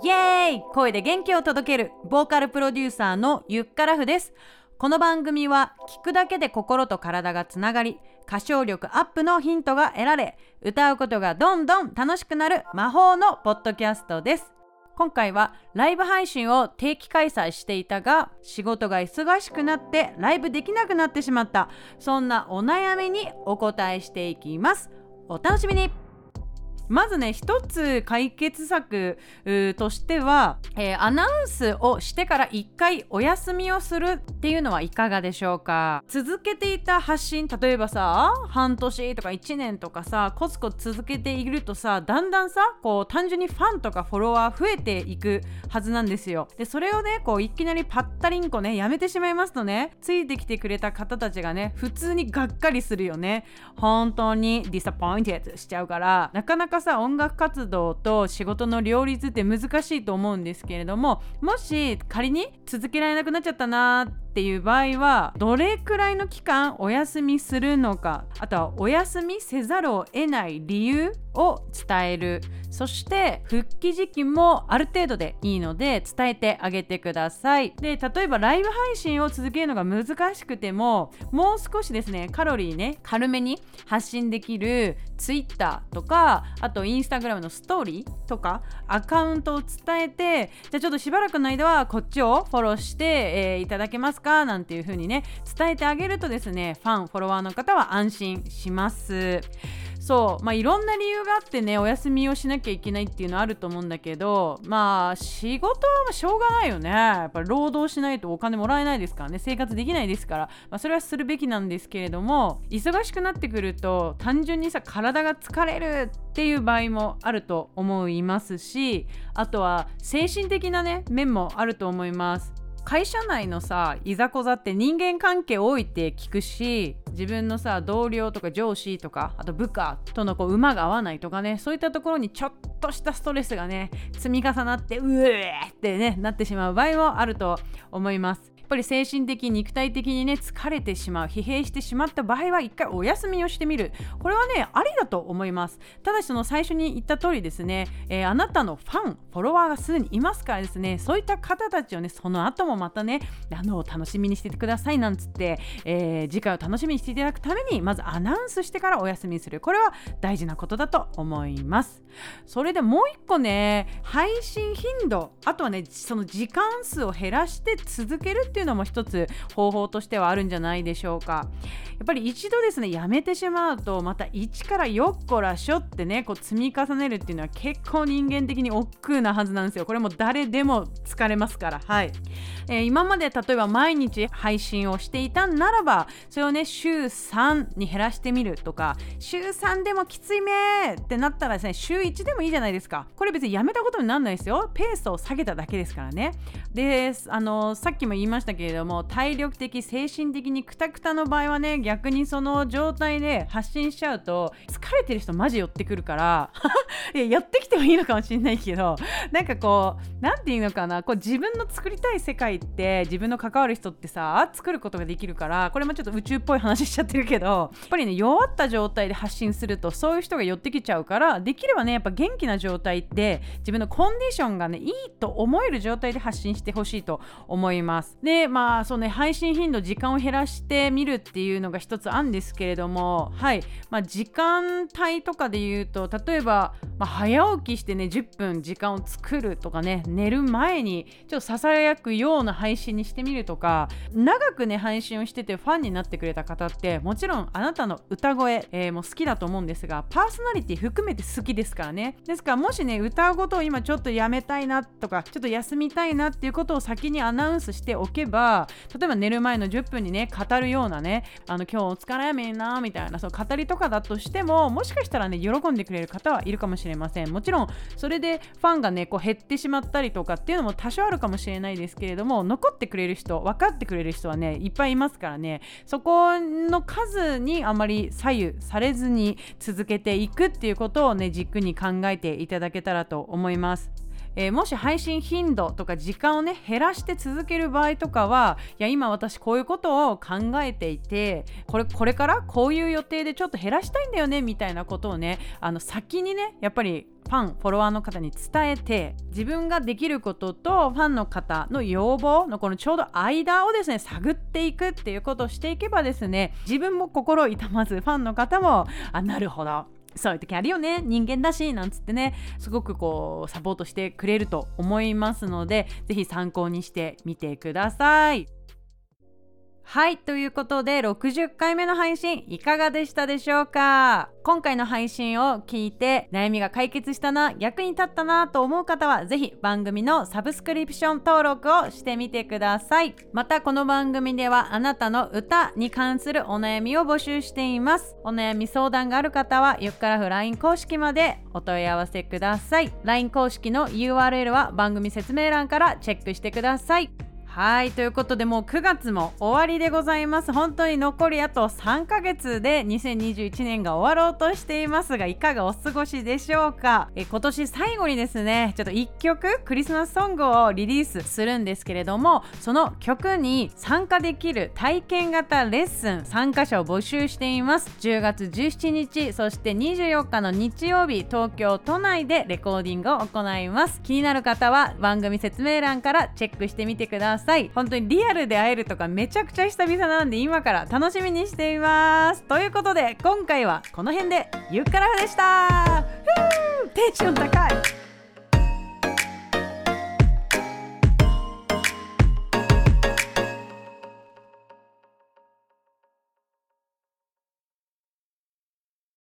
イエーイ、声で元気を届けるボーカルプロデューサーのゆっからふです。この番組は聞くだけで心と体がつながり、歌唱力アップのヒントが得られ、歌うことがどんどん楽しくなる魔法のポッドキャストです。今回はライブ配信を定期開催していたが、仕事が忙しくなってライブできなくなってしまった、そんなお悩みにお答えしていきます。お楽しみに。まずね、一つ解決策としては、アナウンスをしてから1回お休みをするっていうのはいかがでしょうか。続けていた発信、例えばさ、半年とか1年とかさ、コツコツ続けているとさ、だんだんさ、こう単純にファンとかフォロワー増えていくはずなんですよ。で、それをね、こういきなりパッタリンコね、やめてしまいますとね、ついてきてくれた方たちがね、普通にがっかりするよね。本当にディサポインテッドしちゃうから、なかなかさ、音楽活動と仕事の両立って難しいと思うんですけれども、もし仮に続けられなくなっちゃったなっていう場合は、どれくらいの期間お休みするのか、あとはお休みせざるを得ない理由を伝える。そして復帰時期もある程度でいいので伝えてあげてください。で、例えばライブ配信を続けるのが難しくても、もう少しですね、カロリーね、軽めに発信できる Twitter とか、あと Instagram のストーリーとかアカウントを伝えて、じゃあちょっとしばらくの間はこっちをフォローして、いただけますかなんていう風にね、伝えてあげるとですね、フォロワーの方は安心します。そう、いろんな理由があってね、お休みをしなきゃいけないっていうのはあると思うんだけど、仕事はしょうがないよね。やっぱり労働しないとお金もらえないですからね、生活できないですから、それはするべきなんですけれども、忙しくなってくると単純にさ、体が疲れるっていう場合もあると思いますし、あとは精神的なね、面もあると思います。会社内のさ、いざこざって人間関係多いって聞くし、自分のさ、同僚とか上司とか、あと部下との馬が合わないとかね、そういったところにちょっとしたストレスがね、積み重なってうえーってね、なってしまう場合もあると思います。やっぱり精神的肉体的にね、疲れてしまう、疲弊してしまった場合は一回お休みをしてみる。これはね、ありだと思います。ただし、その最初に言った通りですね、あなたのフォロワーがすでにいますからですね、そういった方たちをね、その後もまたね、楽しみにしててくださいなんつって、次回を楽しみにしていただくために、まずアナウンスしてからお休みする。これは大事なことだと思います。それでもう一個ね、配信頻度、あとはね、その時間数を減らして続けるっていうのも一つ方法としてはあるんじゃないでしょうか。やっぱり一度ですね、やめてしまうと、また一からよっこらしょってね、こう積み重ねるっていうのは結構人間的に億劫なはずなんですよ。これも誰でも疲れますから。はい。今まで例えば毎日配信をしていたんならば、それをね、週3に減らしてみるとか、週3でもきついめってなったらですね、週1でもいいじゃないですか。これ別にやめたことにならないですよ。ペースを下げただけですからね。で、さっきも言いましたけれども、体力的精神的にクタクタの場合はね、逆にその状態で発信しちゃうと疲れてる人マジ寄ってくるからいや、寄ってきてもいいのかもしれないけど、なんかこう、なんていうのかな、こう自分の作りたい世界って自分の関わる人ってさ、作ることができるから、これもちょっと宇宙っぽい話しちゃってるけど、やっぱりね、弱った状態で発信するとそういう人が寄ってきちゃうから、できればね、やっぱ元気な状態って自分のコンディションがね、いいと思える状態で発信してほしいと思います。で、そうね、配信頻度、時間を減らしてみるっていうのが一つあるんですけれども、はい、時間帯とかで言うと、例えば、早起きしてね、10分時間を作るとかね、寝る前にちょっとささやくような配信にしてみるとか、長くね、配信をしててファンになってくれた方って、もちろんあなたの歌声、も好きだと思うんですが、パーソナリティ含めて好きですからね。ですから、もしね、歌うことを今ちょっとやめたいなとか、ちょっと休みたいなっていうことを先にアナウンスしておけば、例えば寝る前の10分にね、語るようなね、今日お疲れやめんなみたいな、そう語りとかだとしても、もしかしたらね、喜んでくれる方はいるかもしれません。もちろんそれでファンがね、こう減ってしまったりとかっていうのも多少あるかもしれないですけれども、残ってくれる人、分かってくれる人はね、いっぱいいますからね、そこの数にあまり左右されずに続けていくっていうことをね、軸に考えていただけたらと思います。もし配信頻度とか時間をね減らして続ける場合とかは、いや今私こういうことを考えていて、これからこういう予定でちょっと減らしたいんだよねみたいなことをね、先にねやっぱりフォロワーの方に伝えて、自分ができることとファンの方の要望のこのちょうど間をですね探っていくっていうことをしていけばですね、自分も心痛まずファンの方もなるほどそういう時あるよね、人間だしなんつってね、すごくサポートしてくれると思いますので、ぜひ参考にしてみてください。はい、ということで60回目の配信いかがでしたでしょうか。今回の配信を聞いて悩みが解決したな、役に立ったなと思う方はぜひ番組のサブスクリプション登録をしてみてください。またこの番組ではあなたの歌に関するお悩みを募集しています。お悩み相談がある方はゆっからふ LINE 公式までお問い合わせください。 LINE 公式の URL は番組説明欄からチェックしてください。はい、ということでもう9月も終わりでございます。本当に残りあと3ヶ月で2021年が終わろうとしていますが、いかがお過ごしでしょうか。今年最後にですねちょっと1曲クリスマスソングをリリースするんですけれども、その曲に参加できる体験型レッスン参加者を募集しています。10月17日そして24日の日曜日、東京都内でレコーディングを行います。気になる方は番組説明欄からチェックしてみてください。本当にリアルで会えるとかめちゃくちゃ久々なんで、今から楽しみにしています。ということで今回はこの辺でゆっからふでした。テンション高い。